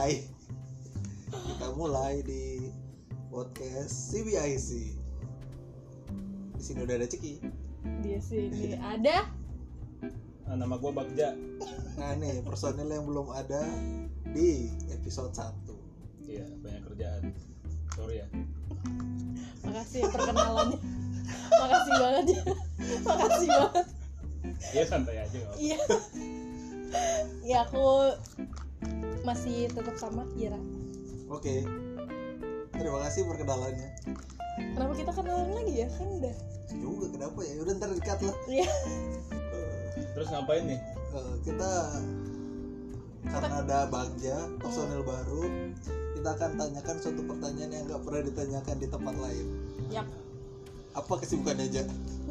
mulai di podcast CBIC. Di sini udah ada Ceki. Di sini ada. Nama gue Bagja. Nah nih personil yang belum ada di episode 1. Iya, banyak kerjaan. Sorry ya. Makasih ya perkenalannya. Makasih banget ya. Makasih banget. Iya santai aja. Iya. Ya aku masih tetap sama Ira. Oke. Terima kasih perkenalannya. Kenapa kita kenalan lagi ya? Kan udah. Juga kenapa ya? Udah ntar dikat lah. Iya. Terus ngapain nih? Kita karena ada Bagja, personil baru, kita akan tanyakan suatu pertanyaan yang nggak pernah ditanyakan di tempat lain. Yap. Apa kesibukannya aja?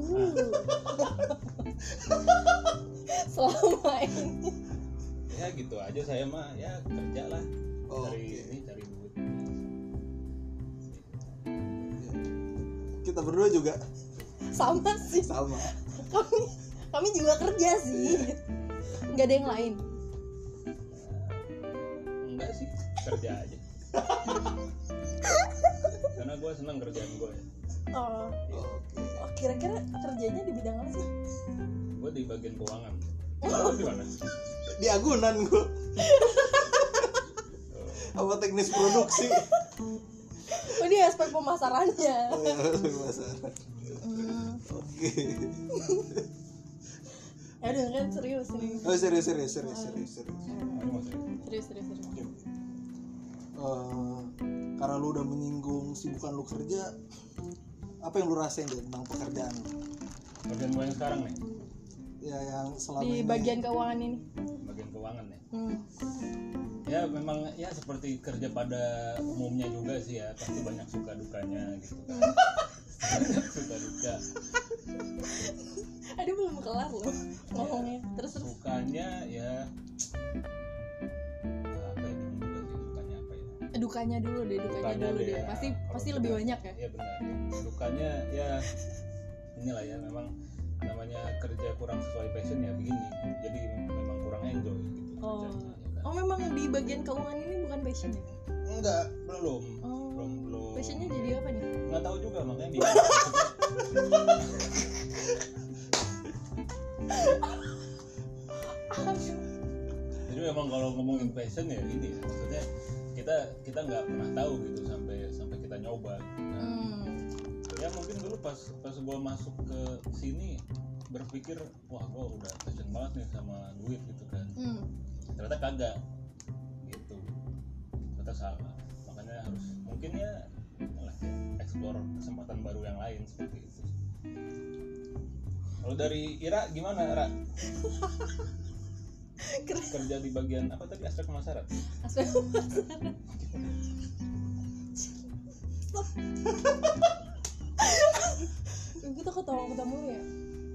Selama ini. Ya gitu aja saya mah ya kerja lah. Cari duit. Kita berdua juga Sama sih. sama. Kami juga kerja sih. Nggak ada yang lain. Enggak sih, kerja aja. Karena gue senang kerjaan gue ya. Oh. Kira-kira kerjanya di bidang apa sih? Gue di bagian keuangan. Lalu di mana? Di agunan gue. Apa teknis produksi? Oh, di aspek pemasarannya. Oh ya, pemasaran. Oke. Ya udah kan serius nih. Oh serius. Serius. Karena lu udah menyinggung sibukan lu kerja, apa yang lu rasain deh tentang pekerjaan lu? Bagian gue yang sekarang nih. Ya yang selama Di ini. bagian keuangan ini. Bagian keuangan ya. Ya memang ya seperti kerja pada umumnya juga sih ya, pasti banyak suka dukanya gitu kan. Banyak suka duka. Aduh belum kelar loh ngomongnya. Terus Sukanya ya apa ya, bingung juga sih sukanya apa ya. dukanya dulu deh. Ya, Pasti kalau lebih duka- banyak ya. Iya benar. Dukanya ya inilah ya, memang namanya kerja kurang sesuai passion ya begini. Jadi memang kurang enjoy gitu kerjanya. Oh memang di bagian keuangan ini bukan passion ya? Enggak, belum. Oh. Belum. Passionnya jadi apa nih? Nggak tahu juga makanya bingung. Jadi memang kalau ngomongin passion ya ini ya, maksudnya kita nggak pernah tahu gitu sampai kita nyoba gitu kan. Ya mungkin dulu pas gue masuk ke sini berpikir wah gue udah passion banget nih sama duit gitu kan. Ternyata kagak gitu, ternyata salah. Makanya harus mungkin ya explore kesempatan baru yang lain seperti itu. Kalau dari Ira gimana Ira? Kerja di bagian apa tadi, aspek pemasaran? Aspek pemasaran. Kita ketawa mulu ya.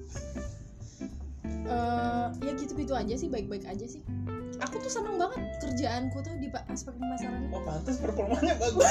Ya gitu-gitu aja sih, baik-baik aja sih. Aku tuh seneng banget kerjaanku tuh di aspek pemasaran. Oh pantas performanya bagus.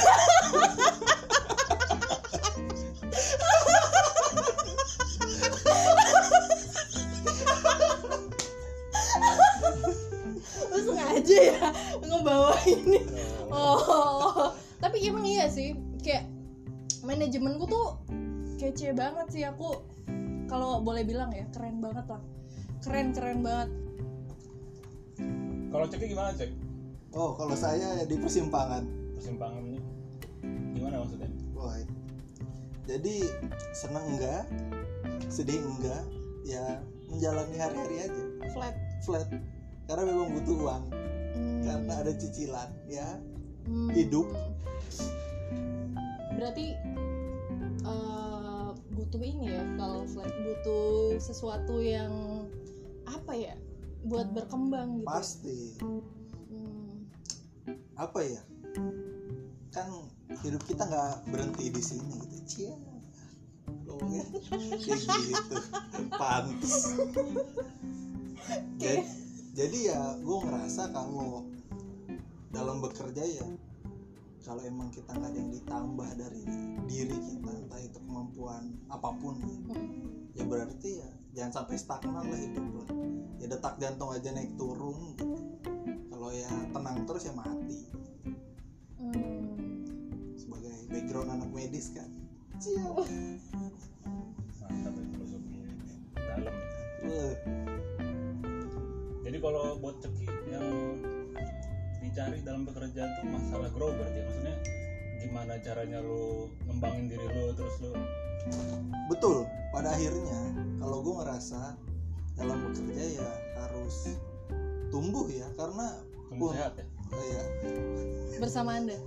Lu sengaja ya ngebawa ini. Oh, tapi emang iya sih, kayak manajemenku tuh kece banget sih. Aku kalau boleh bilang ya keren banget lah, keren banget. Kalau Ceki gimana Cek? Oh kalau saya di persimpangan. Persimpangannya gimana maksudnya? Wah, jadi seneng enggak, sedih enggak, ya menjalani hari-hari aja. Flat. Karena memang butuh uang. Karena ada cicilan, ya. Hidup. Berarti butuh ini ya, kalau flat butuh sesuatu yang apa ya, buat berkembang gitu. Pasti. Apa ya? Kan hidup kita nggak berhenti di sini gitu. Cia. Ngomongnya kayak gitu. Pantes. Jadi ya gue ngerasa kalau dalam bekerja ya, kalau emang kita nggak ada yang ditambah dari diri kita, entah itu kemampuan apapun ya berarti ya jangan sampai stagnan lah hidup lah. Ya detak jantung aja naik turun gitu. Kalau ya tenang terus ya mati. background anak medis kan. Siap. Mantap ya filosofi dalam. Wah. Jadi kalau buat Ceki yang dicari dalam pekerjaan tuh masalah grow berarti, maksudnya gimana caranya lo ngembangin diri lo terus lo. Betul, pada akhirnya kalau gue ngerasa dalam bekerja ya harus tumbuh ya, karena Tumbuh sehat ya. Ya, bersama Anda.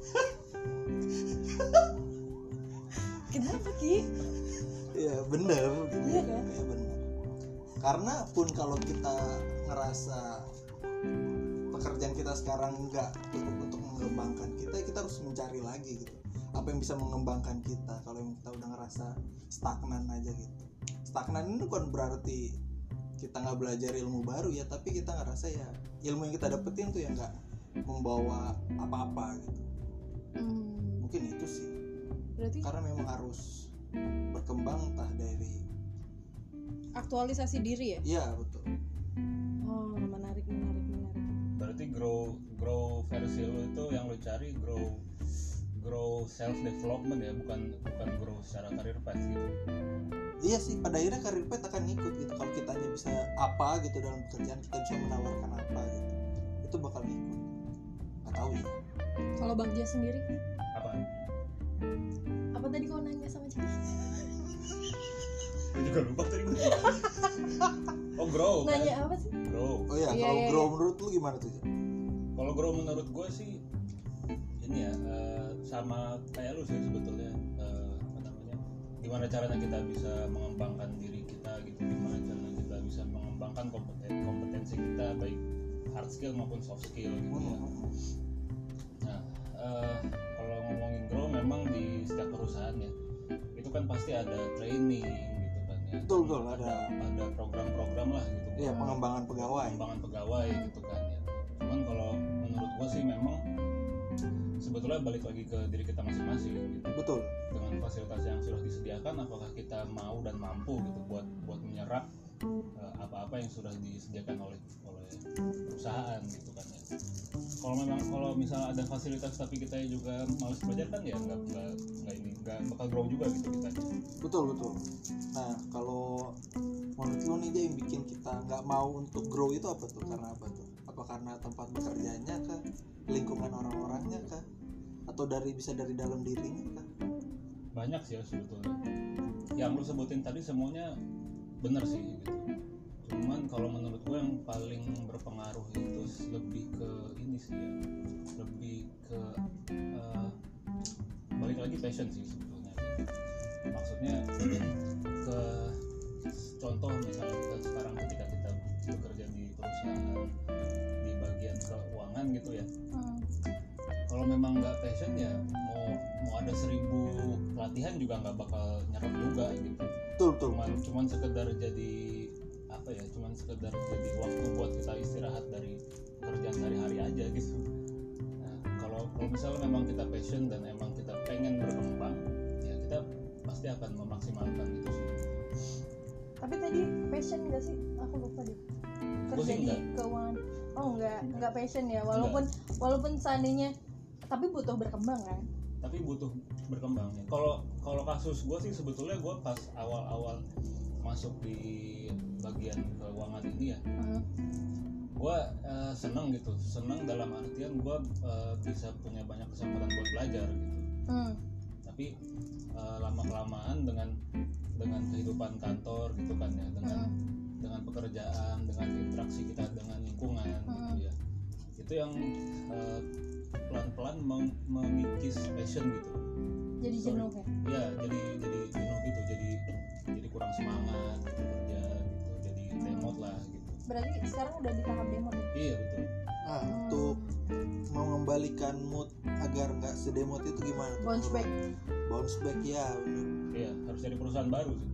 Kenapa Ki? ya bener gitu. Iya kan? Ya bener. Karena pun kalau kita ngerasa pekerjaan kita sekarang nggak cukup untuk mengembangkan kita harus mencari lagi gitu. Apa yang bisa mengembangkan kita? Kalau yang kita udah ngerasa stagnan aja gitu. Stagnan ini bukan berarti kita nggak belajar ilmu baru ya, tapi kita ngerasa ya ilmu yang kita dapetin tuh yang nggak membawa apa-apa gitu. Mungkin itu sih. Berarti Karena memang harus berkembang entah dari. aktualisasi diri ya? Iya betul. Oh, menarik. Berarti grow versi lo itu yang lo cari grow self development ya, bukan grow secara career path gitu. Iya sih, pada akhirnya career path akan ikut gitu. Kalau kitanya bisa apa gitu dalam pekerjaan, kita bisa menawarkan apa gitu, itu bakal ikut. Nggak tahu ya. Kalau Bagja sendiri, Apa tadi kau nanya sama Ciki? gue juga lupa tadi. Oh grow kan? Nanya apa sih? Grow. Oh iya, Iya, kalau iya, grow iya. menurut lu gimana tuh? Kalau grow menurut gue sih ini ya, sama kayak lu sih sebetulnya, apa namanya, gimana caranya kita bisa mengembangkan diri kita gitu, gimana caranya kita bisa mengembangkan kompetensi kita baik hard skill maupun soft skill gitu ya. Nah, kalau ngomongin grow memang di setiap perusahaan ya itu kan pasti ada training gitu kan ya. Betul, ada program-program lah gitu. Iya, pengembangan pegawai. Pengembangan pegawai gitu kan ya. Cuman kalau menurut gua sih memang sebetulnya balik lagi ke diri kita masing-masing gitu. Betul. Dengan fasilitas yang sudah disediakan, apakah kita mau dan mampu gitu buat menyerap apa-apa yang sudah disediakan oleh perusahaan gitu kan ya. Kalau misalnya ada fasilitas tapi kita juga malas belajar kan ya nggak bakal grow juga gitu kita. Betul. Nah, kalau menurut lu nih dia yang bikin kita nggak mau untuk grow itu apa tuh? Karena apa tuh? Apa karena tempat bekerjanya kah? Lingkungan orang-orangnya kah? Atau bisa dari dalam dirinya kah? Banyak sih ya sebetulnya. Yang lu sebutin tadi semuanya benar sih gitu. Cuman kalau menurut gue yang paling berpengaruh itu lebih ke ini sih ya, lebih ke balik lagi passion sih sebetulnya gitu. Maksudnya ke contoh misalnya kita sekarang ketika kita bekerja di perusahaan di bagian keuangan gitu ya, kalau memang nggak passion ya mau ada 1000 pelatihan juga nggak bakal nyerap juga gitu. Betul. Cuman sekedar jadi apa ya, cuman sekedar jadi waktu buat kita istirahat dari pekerjaan sehari-hari aja gitu. Nah, kalau misalnya memang kita passion dan emang kita pengen berkembang ya kita pasti akan memaksimalkan itu sih. Tapi tadi passion nggak sih? Aku lupa deh. Aku Kerja sih di enggak. keuangan. Oh enggak passion ya. Walaupun seandainya, tapi butuh berkembang kan? Tapi butuh berkembang ya. Kalau kasus gue sih sebetulnya gue pas awal-awal masuk di bagian keuangan ini ya, gue seneng dalam artian gue bisa punya banyak kesempatan buat belajar gitu. Tapi lama kelamaan dengan kehidupan kantor gitu kan ya, dengan pekerjaan, dengan interaksi kita dengan lingkungan gitu ya, itu yang pelan-pelan mengikis passion gitu. Jadi jenuh ya? Ya, jadi jenuh gitu, jadi kurang semangat gitu kerja gitu, jadi demot lah gitu. Berarti sekarang udah di tahap demo ya? Iya betul. Nah, untuk mengembalikan mood agar nggak sedemot itu gimana tuh? Bounce back ya, bener. Iya, harus cari perusahaan baru sih.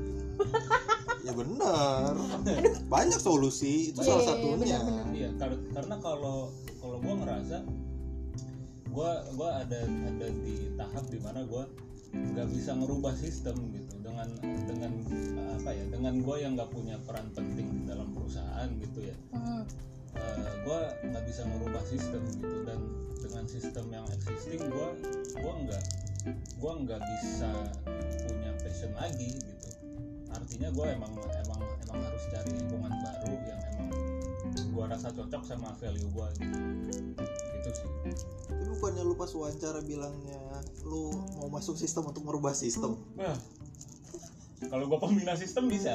Ya benar. Banyak solusi, itu salah satunya. benar. Iya, karena kalau gue ngerasa gue ada di tahap dimana gue nggak bisa ngerubah sistem gitu dengan dengan gue yang nggak punya peran penting di dalam perusahaan gitu ya. Gue nggak bisa ngerubah sistem gitu, dan dengan sistem yang existing gue gue nggak bisa punya passion lagi gitu. Artinya gue emang harus cari lingkungan baru yang emang gue rasa cocok sama value gue gitu sih. Tapi bukannya lu pas wawancara bilangnya lu mau masuk sistem untuk merubah sistem? Nah, kalau gue pembina sistem bisa.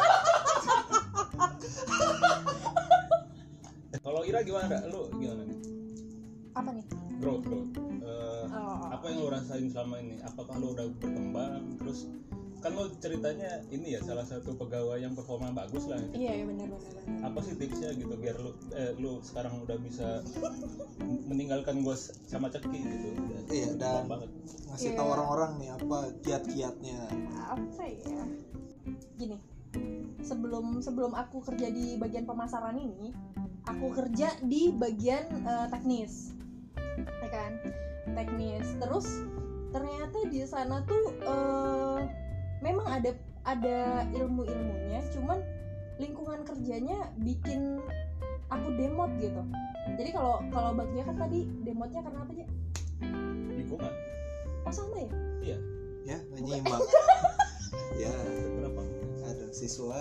Kalau Ira gimana? Lu gimana nih? Apa nih? Growth. Apa yang lu rasain selama ini? Apakah lu udah berkembang? Terus kan lu ceritanya ini ya salah satu pegawai yang performa bagus lah gitu. Iya benar. Apa sih tipsnya gitu biar lu sekarang udah bisa meninggalkan gue sama Ceki gitu? Iya, dan banget. ngasih tahu orang-orang nih apa kiat-kiatnya. Apa ya? Gini, sebelum aku kerja di bagian pemasaran ini, aku kerja di bagian teknis, ya kan? Teknis. Terus ternyata di sana tuh memang ada ilmu-ilmunya, cuman lingkungan kerjanya bikin aku demot gitu. Jadi kalau Bagja kan tadi demotnya karena apa aja? Lingkungan. Oh sama ya? Iya. Ya, nggak nyimak. Ya, Kenapa? ada siswa.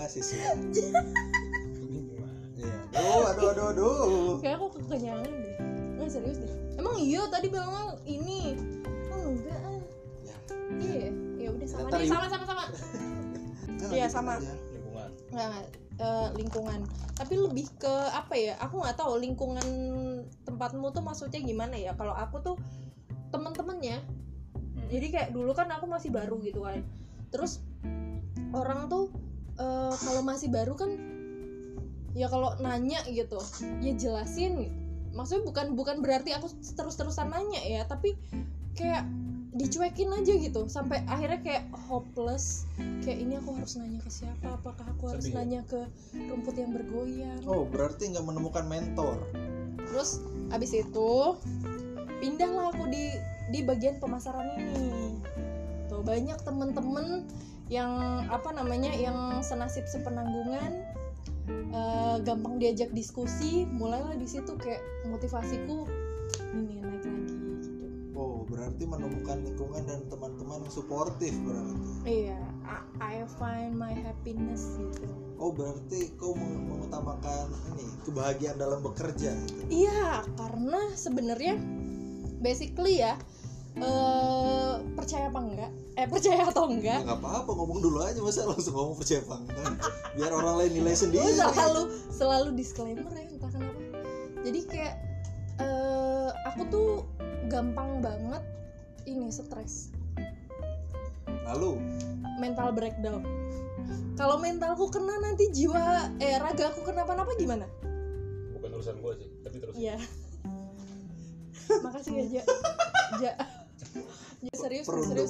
Lingkungan. Iya. Aduh. Kayak aku kekenyangan deh. Nggak serius deh. Emang iya tadi bilang ini. Oh enggak ah. Ya. Iya. Ya udah sama Ntar deh, yuk. sama. Nah, Iya, gitu sama. aja. Lingkungan. Nggak, lingkungan. Tapi lebih ke apa ya? Aku nggak tahu lingkungan tempatmu tuh maksudnya gimana ya? Kalau aku tuh teman-temannya. Jadi kayak dulu kan aku masih baru gitu kan. Terus orang tuh kalau masih baru kan ya kalau nanya gitu ya jelasin gitu. Maksudnya bukan berarti aku terus-terusan nanya ya, tapi kayak dicuekin aja gitu sampai akhirnya kayak hopeless, kayak ini aku harus nanya ke siapa, apakah aku harus Sedih. nanya ke rumput yang bergoyang. Oh, berarti nggak menemukan mentor. Terus abis itu pindahlah aku di bagian pemasaran ini. Tuh banyak temen-temen yang yang senasib sepenanggungan, gampang diajak diskusi. Mulailah di situ kayak motivasiku ini naik lagi gitu. Oh, berarti menemukan lingkungan dan teman-teman yang suportif berarti. Iya, I find my happiness gitu. Oh, berarti kau mengutamakan ini kebahagiaan dalam bekerja gitu. Iya, karena sebenarnya basically ya percaya atau enggak, Ya nggak apa-apa, ngomong dulu aja, masa langsung ngomong percaya apa enggak. Biar orang lain nilai sendiri. selalu disclaimer ya, entah kenapa. Jadi kayak aku tuh gampang banget ini stres, Lalu mental breakdown. Kalau mentalku kena nanti ragaku kenapa-napa gimana? Bukan urusan gue sih, tapi terus. Iya. Makasih ya Ja. Serius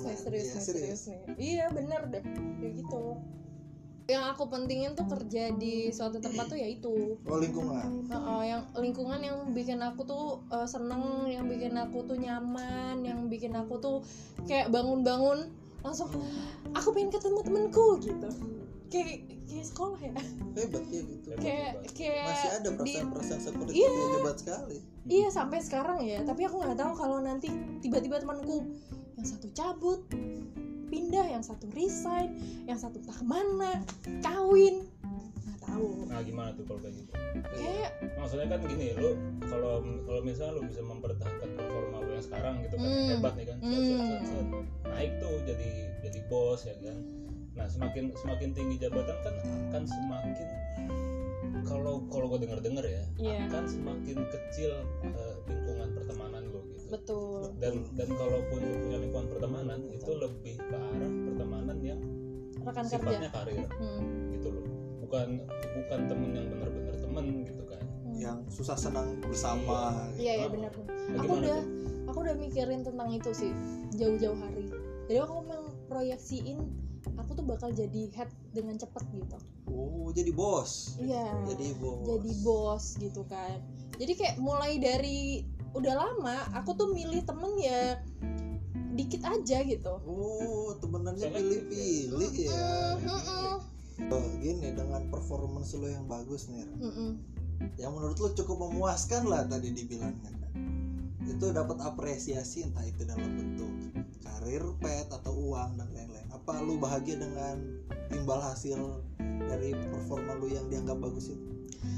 nih. Iya bener deh, kayak gitu. Yang aku pentingin tuh kerja di suatu tempat tuh yaitu lingkungan. yang lingkungan yang bikin aku tuh seneng, yang bikin aku tuh nyaman, yang bikin aku tuh kayak bangun-bangun langsung aku pengen ketemu temenku gitu. Kayak sekolah ya. Hebat ya gitu. Kayak Masih ada perasaan-perasaan seperti Iya. itu yang hebat sekali. Iya sampai sekarang ya, tapi aku nggak tahu kalau nanti tiba-tiba temanku yang satu cabut, pindah, yang satu resign, yang satu entah kemana, kawin, nggak tahu. Nah gimana tuh kalau kayak gitu? Kayak Maksudnya kan gini, lu kalau misalnya lu bisa mempertahankan performa lu yang sekarang gitu kan, hebat nih kan, set. Naik tuh jadi bos ya kan. Nah semakin tinggi jabatan kan akan semakin, kalau gue dengar ya, Iya. akan semakin kecil lingkungan pertemanan lo gitu. betul. Dan kalaupun lo punya lingkungan pertemanan itu lebih ke arah pertemanan yang Rekan sifatnya kerja. karir gitu loh. Bukan temen yang benar-benar temen gitu kan. Yang susah senang bersama. Iya benar. Bagaimana Aku udah mikirin tentang itu sih jauh-jauh hari. Jadi aku memang proyeksiin aku tuh bakal jadi head dengan cepet gitu. Oh, jadi bos. Iya. Jadi bos gitu kan. Jadi kayak mulai dari udah lama aku tuh milih temen ya dikit aja gitu. Oh, temenannya pilih-pilih ya. Oh, gini, dengan performance lo yang bagus nih, yang menurut lo cukup memuaskan lah tadi dibilangnya kan. Itu dapat apresiasi, entah itu dalam bentuk karir, pet atau uang dan lain-lain. Apa lu bahagia dengan imbal hasil dari performa lu yang dianggap bagus itu?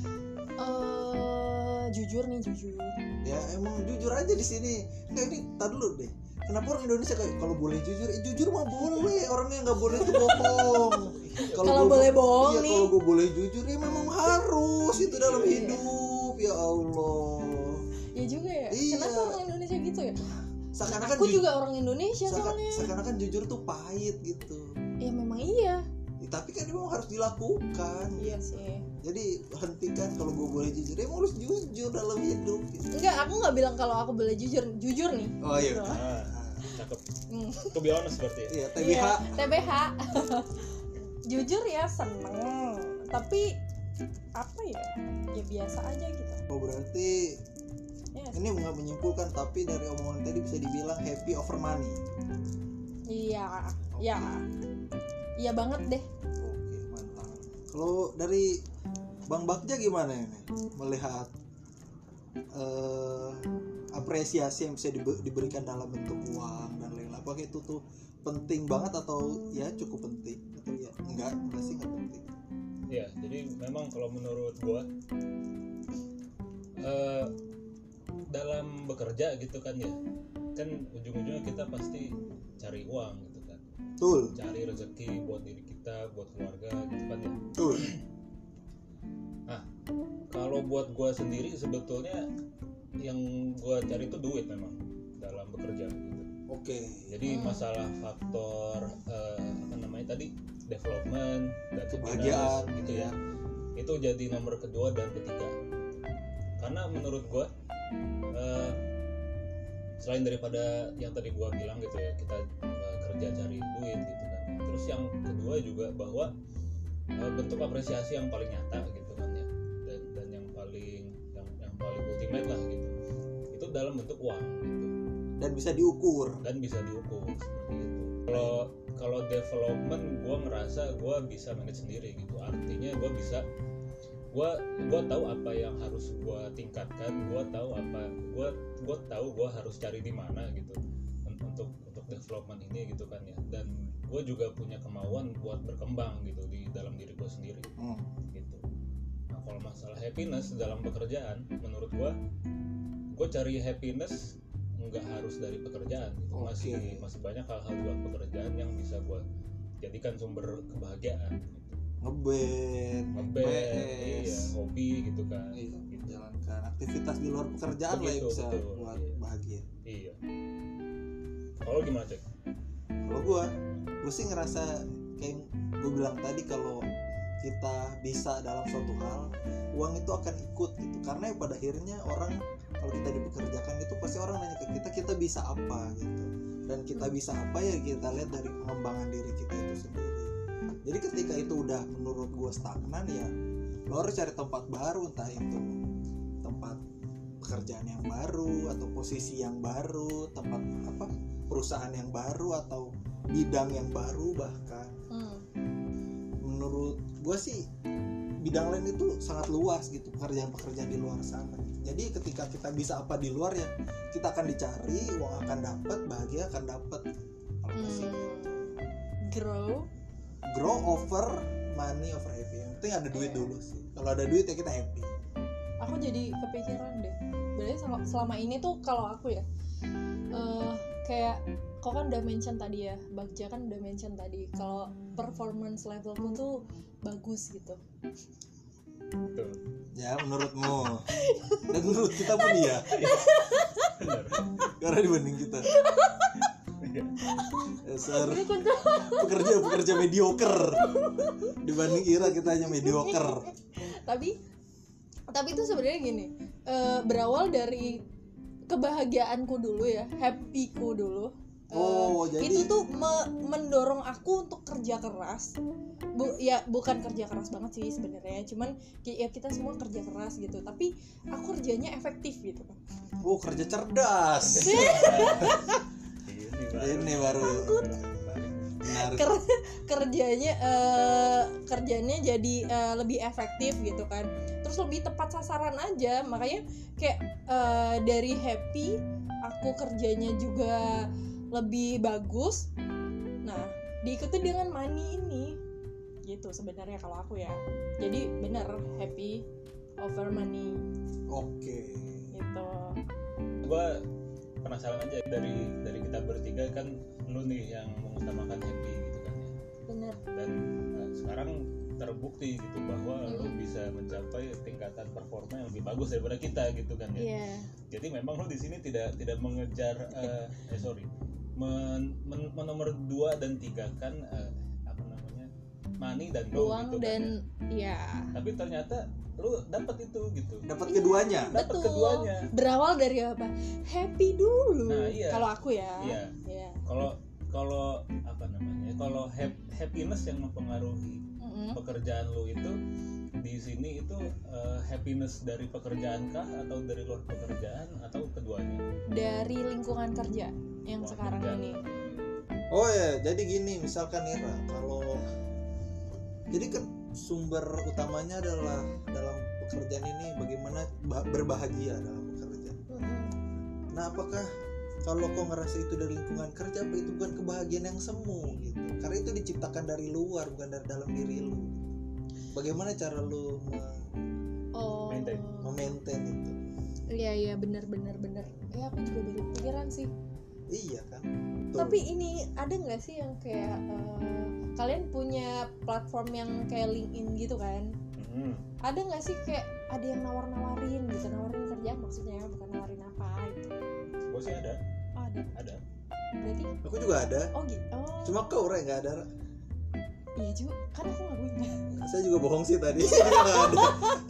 Jujur Ya emang jujur aja di sini. Nggak, ini tar dulu deh. Kenapa orang Indonesia kayak kalau boleh jujur, jujur mah boleh. Orangnya nggak boleh tuh bohong. Kalau boleh bohong nih. Kalau gue boleh jujur ya memang harus itu dalam hidup. Ya Allah. Ya juga ya. Iya. Kenapa orang Indonesia gitu ya? Seakan-akan Aku juga orang Indonesia soalnya. Seakan-akan jujur tuh pahit gitu. Ya memang iya. Ya, tapi kan memang harus dilakukan. Iya sih. Jadi hentikan kalau gue boleh jujur, emang harus jujur dalam hidup gitu. Enggak, aku nggak bilang kalau aku boleh jujur nih. Oh iya. Cakep. To be honest berarti ya. Iya, TBH. Iya, TBH. Jujur ya seneng, tapi apa ya? Ya biasa aja gitu. Oh berarti Yes. ini nggak menyimpulkan, tapi dari omongan tadi bisa dibilang happy over money. Iya, ya. Iya banget deh. Oke, mantap. Kalau dari Bang Bagja gimana ini melihat apresiasi yang bisa diberikan dalam bentuk uang dan lain-lain? Apakah itu tuh penting banget atau ya cukup penting atau ya enggak sih nggak penting? Ya, jadi memang kalau menurut gua dalam bekerja gitu kan ya, kan ujung-ujungnya kita pasti cari uang gitu kan. Betul. Cari rezeki buat diri kita, buat keluarga gitu kan ya. Betul. Nah, kalau buat gua sendiri sebetulnya yang gua cari itu duit memang dalam bekerja gitu. Oke. Jadi masalah faktor apa namanya tadi, development dan Kebahagiaan gitu ya. Itu jadi nomor kedua dan ketiga. Karena menurut gua selain daripada yang tadi gua bilang gitu ya, kita kerja cari duit gitu kan. Terus yang kedua juga bahwa bentuk apresiasi yang paling nyata gitu kan ya, dan yang paling ultimate lah gitu, itu dalam bentuk uang gitu. Dan bisa diukur Seperti itu. Kalau development gua ngerasa gua bisa manage sendiri gitu. Artinya gua tahu apa yang harus gua tingkatkan, gua tahu gua harus cari di mana gitu untuk development ini gitu kan ya. Dan gua juga punya kemauan buat berkembang gitu di dalam diri gua sendiri gitu. Nah, kalau masalah happiness dalam pekerjaan, menurut gua cari happiness nggak harus dari pekerjaan gitu. Masih banyak hal-hal di luar pekerjaan yang bisa gua jadikan sumber kebahagiaan gitu. ngeband, iya, hobi gitu kan. iya, Gitu. menjalankan aktivitas di luar pekerjaan lah yang bisa buat iya. bahagia. Iya. Kalau gimana Cek? Kalau gue sih ngerasa kayak gue bilang tadi, kalau kita bisa dalam suatu hal, uang itu akan ikut gitu. Karena pada akhirnya orang, kalau kita dipekerjakan itu pasti orang nanya ke kita bisa apa gitu. Dan kita bisa apa ya kita lihat dari pengembangan diri kita itu sendiri. Jadi ketika itu udah menurut gue stagnan, ya lo harus cari tempat baru, entah itu tempat pekerjaan yang baru atau posisi yang baru, tempat perusahaan yang baru atau bidang yang baru bahkan. Menurut gue sih bidang lain itu sangat luas gitu, pekerjaan-pekerjaan di luar sana. Jadi ketika kita bisa apa di luar, ya kita akan dicari, uang akan dapat, bahagia akan dapat. Grow over money over happy. Yang penting ada duit dulu sih. Kalau ada duit ya kita happy. Aku jadi kepikiran deh. Berarti selama ini tuh kalau aku ya, kayak kau kan udah mention tadi ya, Bagja kan udah mention tadi kalau performance levelku tuh bagus gitu. Betul. Ya menurutmu. Dan menurut kita pun iya. Karena dibanding kita. Dasar pekerja mediocre. Dibanding Ira kita hanya mediocre. Tapi itu sebenarnya gini, berawal dari kebahagiaanku dulu ya, happyku dulu. Jadi itu tuh mendorong aku untuk kerja keras. Bukan kerja keras banget sih sebenarnya, cuman ya kita semua kerja keras gitu, tapi aku kerjanya efektif gitu kan. Kerja cerdas. Ini baru kerjanya jadi lebih efektif gitu kan, terus lebih tepat sasaran aja. Makanya kayak dari happy, aku kerjanya juga lebih bagus. Nah, diikuti dengan money ini gitu sebenarnya kalau aku ya. Jadi bener happy over money. Oke. Gitu. Gue penasaran aja dari kita bertiga kan, lu nih yang mengutamakan happy gitu kan ya. Bener. Dan sekarang terbukti gitu bahwa lu bisa mencapai tingkatan performa yang lebih bagus daripada kita gitu kan ya. Iya. Jadi memang lu di sini tidak mengejar menomor 2 dan 3 kan apa namanya, money dan Uang gitu dan kan, ya. tapi ternyata lu dapat itu gitu. Dapat keduanya. Dapat Betul. keduanya. Berawal dari apa? Happy dulu. Nah, iya. Kalau aku ya. Iya. Iya. Kalau apa namanya? Kalau happiness yang mempengaruhi pekerjaan lu itu di sini itu happiness dari pekerjaan kah atau dari luar pekerjaan atau keduanya? Dari lingkungan kerja yang Wah, sekarang kerja. ini. Oh ya, jadi gini, misalkan Ira, kalau jadi kan sumber utamanya adalah dalam pekerjaan ini bagaimana berbahagia dalam pekerjaan. Nah, apakah kalau kau ngerasa itu dari lingkungan kerja, apa itu bukan kebahagiaan yang semu gitu? Karena itu diciptakan dari luar, bukan dari dalam diri lu. Bagaimana cara lu memaintain itu? Iya benar. Ya aku juga baru pikiran sih. Iya kan. Betul. Tapi ini ada nggak sih yang kayak kalian punya platform yang kayak LinkedIn gitu kan? Ada nggak sih kayak ada yang nawarin gitu, nawarin kerjaan maksudnya, bukan nawarin apa gitu? Gue sih ada. Oh, Ada. Berarti? Aku juga ada. Oh gitu. Oh. Cuma kau Ra nggak ada. Ra. Iya juga, kan aku nggak punya. Saya juga bohong sih tadi. Saya juga nggak ada.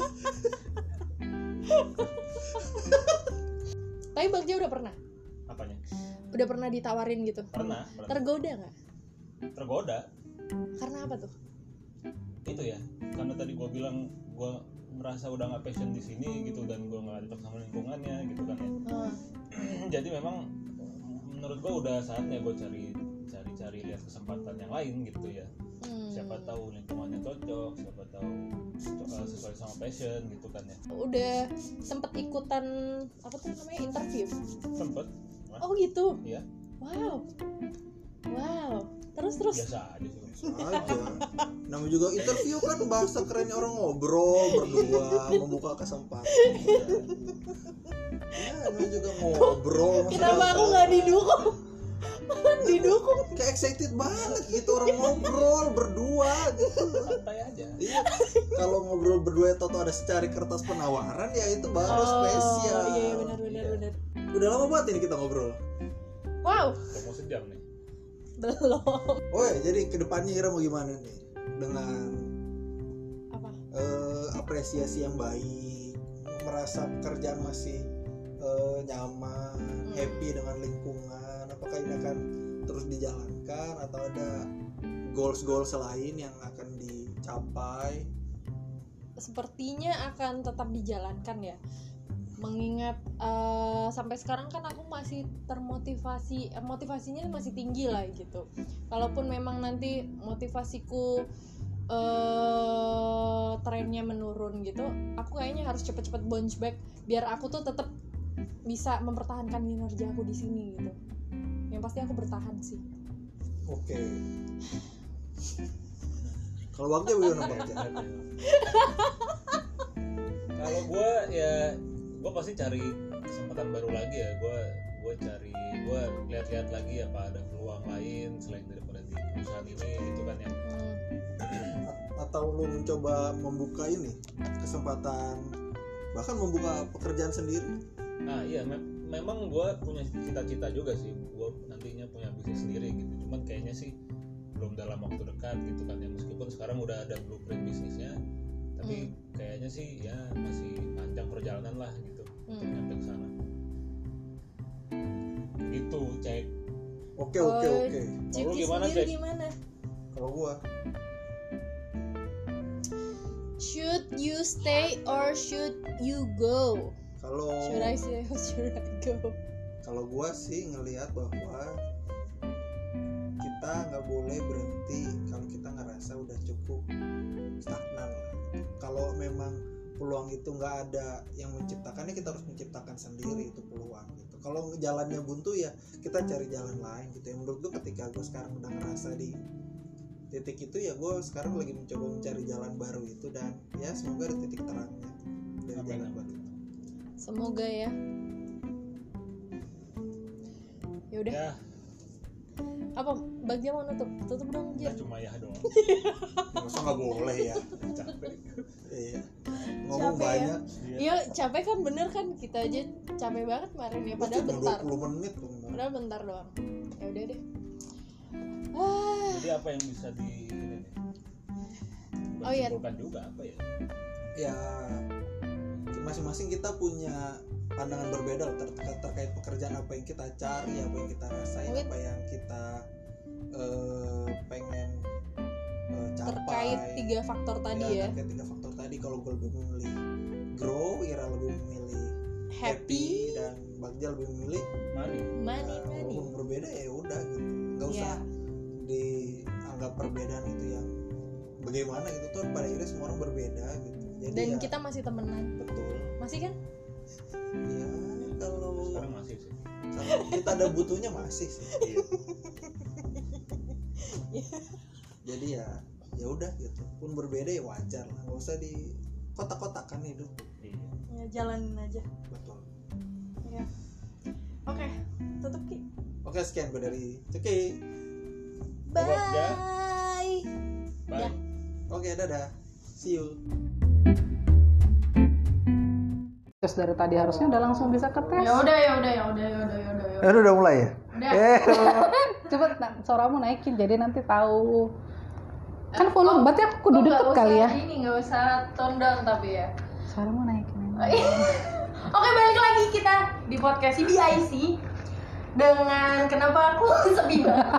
Tapi Bagja udah pernah? Apanya? Udah pernah ditawarin gitu? Pernah. Tergoda nggak? Tergoda. Karena apa tuh? Itu ya, karena tadi gue bilang gue ngerasa udah nggak passion di sini gitu, dan gue nggak cocok sama lingkungannya gitu kan ya. Jadi memang menurut gue udah saatnya gue cari lihat kesempatan yang lain gitu ya. Siapa tahu lingkungannya cocok, siapa tahu sesuai sama passion gitu kan ya. Udah sempet ikutan apa tuh namanya, interview? Sempet. Oh gitu. Iya. Wow. Terus Biasa aja sih. Aja. Namanya juga interview kan, bahasa kerennya orang ngobrol berdua, membuka kesempatan. Ya, namanya juga ngobrol. Kenapa aku nggak didukung? Didukung. Kayak excited banget gitu, orang ngobrol berdua gitu. Santai aja. Iya. Kalau ngobrol berdua atau ada secari kertas penawaran, ya itu baru spesial. Iya benar. Udah lama banget ini kita ngobrol. Wow. Udah mau sejam nih. Belum. Oh ya, jadi kedepannya Ira mau gimana nih dengan Apa? Apresiasi yang baik, merasa pekerjaan masih nyaman, happy dengan lingkungan, apakah ini akan terus dijalankan atau ada goals lain yang akan dicapai? Sepertinya akan tetap dijalankan ya. Mengingat sampai sekarang kan aku masih termotivasi, motivasinya masih tinggi lah gitu. Kalaupun memang nanti motivasiku trennya menurun gitu, aku kayaknya harus cepet-cepet bounce back biar aku tuh tetap bisa mempertahankan kinerja aku di sini gitu. Yang pasti aku bertahan sih. Oke. Kalau Bagja bagaimana Bagja? Kalau gue ya, gue pasti cari kesempatan baru lagi ya. Gue lihat-lihat lagi apa ada peluang lain selain daripada di perusahaan ini gitu kan ya. Atau lu mencoba membuka ini kesempatan, bahkan membuka pekerjaan sendiri? Nah iya, memang gue punya cita-cita juga sih, gue nantinya punya bisnis sendiri gitu. Cuman kayaknya sih belum dalam waktu dekat gitu kan ya. Meskipun sekarang udah ada blueprint bisnisnya, tapi kayaknya sih ya masih panjang perjalanan lah gitu untuk nyampe ke sana. Gitu, cek. Oke. Kalau gimana, Cek? Gimana? Kalau gua, Should you stay or should you go? kalau Should I stay or should I go? Kalau gua sih ngelihat bahwa kita nggak boleh berhenti kalau kita ngerasa udah cukup stagnan lah. Kalau memang peluang itu nggak ada yang menciptakannya, kita harus menciptakan sendiri itu peluang gitu. Kalau jalannya buntu ya kita cari jalan lain gitu ya. Menurut gue ketika gue sekarang udah ngerasa di titik itu ya, gue sekarang lagi mencoba mencari jalan baru itu, dan ya semoga ada titik terangnya dari jalan baru itu. Semoga ya. Ya udah. Ya, Apa Bagja mau tutup dong nggak Jen. cuma ya doang. Masa nggak boleh ya? Capek. Iya. Ngomong Capek ya. banyak. Iya capek kan, bener kan, kita aja capek banget kemarin ya, padahal Cuma bentar. 20 menit tuh. Padahal bentar doang. Ya udah deh. Jadi apa yang bisa di ini nih? Oh iya. Simpulkan juga apa ya? Ya masing-masing kita punya pandangan berbeda terkait pekerjaan apa yang kita cari, apa yang kita rasain, Mungkin apa yang kita pengen capai. terkait 3 faktor tadi ya. Terkait 3 faktor tadi, kalau gue lebih memilih grow, Ira lebih memilih Happy, dan Bagja lebih memilih Money. money. walaupun berbeda ya udah gitu, nggak usah Iya. dianggap perbedaan itu yang bagaimana gitu, tuh pada akhirnya semua orang berbeda gitu. Jadi Dan ya, kita masih temenan. betul Masih kan? ya, kalau Sekarang masih sih. kita ada butuhnya masih sih. Iya. Jadi ya udah gitu, pun berbeda ya wajar lah, nggak usah di kotak-kotakan hidup. Iya. Ya jalanin aja. Betul. Ya. Oke, tutup Ki. Oke, sekian gue dari Ceki. Bye. Bagja. Bye. Ya. Oke, dadah, see you. Terus dari tadi harusnya udah langsung bisa ke tes. Ya udah. Udah mulai ya? Udah. Coba suaramu naikin jadi nanti tahu. Kan volume, berarti aku kudu deket kali ya. Ini nggak usah tone down tapi ya. Suaramu naikin. Oke, balik lagi kita di podcast CBIC dengan kenapa aku sepi banget.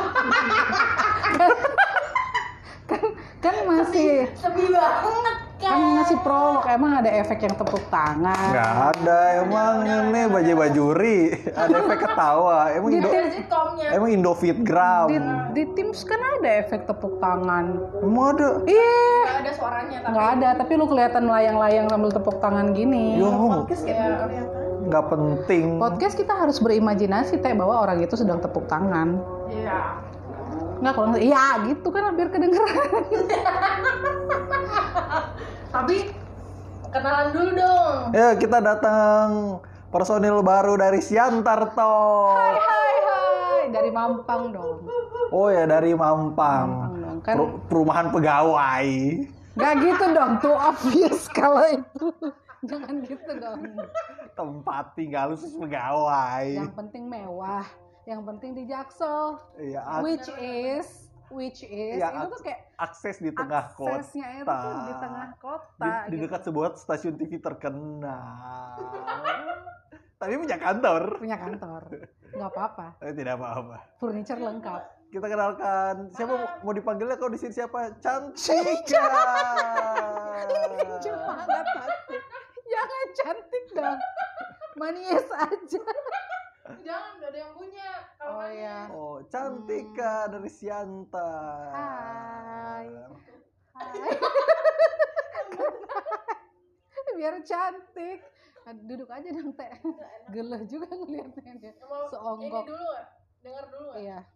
Kan masih Sepi banget kan ngasih prolog, emang ada efek yang tepuk tangan. Nggak ada, emang ini bajuri ada efek ketawa. Emang Indofitgram. Di Teams kan ada efek tepuk tangan. Emang ada? Iya, Nggak ada suaranya tapi. nggak ada. Tapi lu kelihatan melayang-layang sambil tepuk tangan gini. Nggak penting. Podcast kita harus berimajinasi teh bahwa orang itu sedang tepuk tangan. Iya. Nggak, kalau nggak, iya gitu kan biar kedengeran. Tapi kenalan dulu dong. Ya, kita datang personil baru dari Siantarto. Hai, dari Mampang dong. Oh ya, dari Mampang. Dong. Kan Perumahan pegawai. nggak gitu dong, too obvious kalau itu. Jangan gitu dong. Tempat tinggal khusus pegawai. Yang penting mewah, yang penting di Jaksel. Iya, Which is ya, itu tuh kayak akses di tengah kota. aksesnya itu tuh di tengah kota. Di gitu. dekat sebuah stasiun TV terkenal. Tapi punya kantor. Punya kantor, nggak apa-apa. Tidak apa-apa. Furniture lengkap. Kita kenalkan. Siapa mau dipanggilnya? Kau di sini siapa? Cantika. Ini cuma nggak cantik. Jangan cantik dong. Manis aja. Jangan, nggak ada yang punya. Kalau Oh ya. Oh, Cantika dari Siantar. Hai. Biar cantik. Duduk aja dong teh. Gelah juga ngeliatnya dia. mau ini Seonggok. dulu nggak? Dengar dulu nggak? Iya.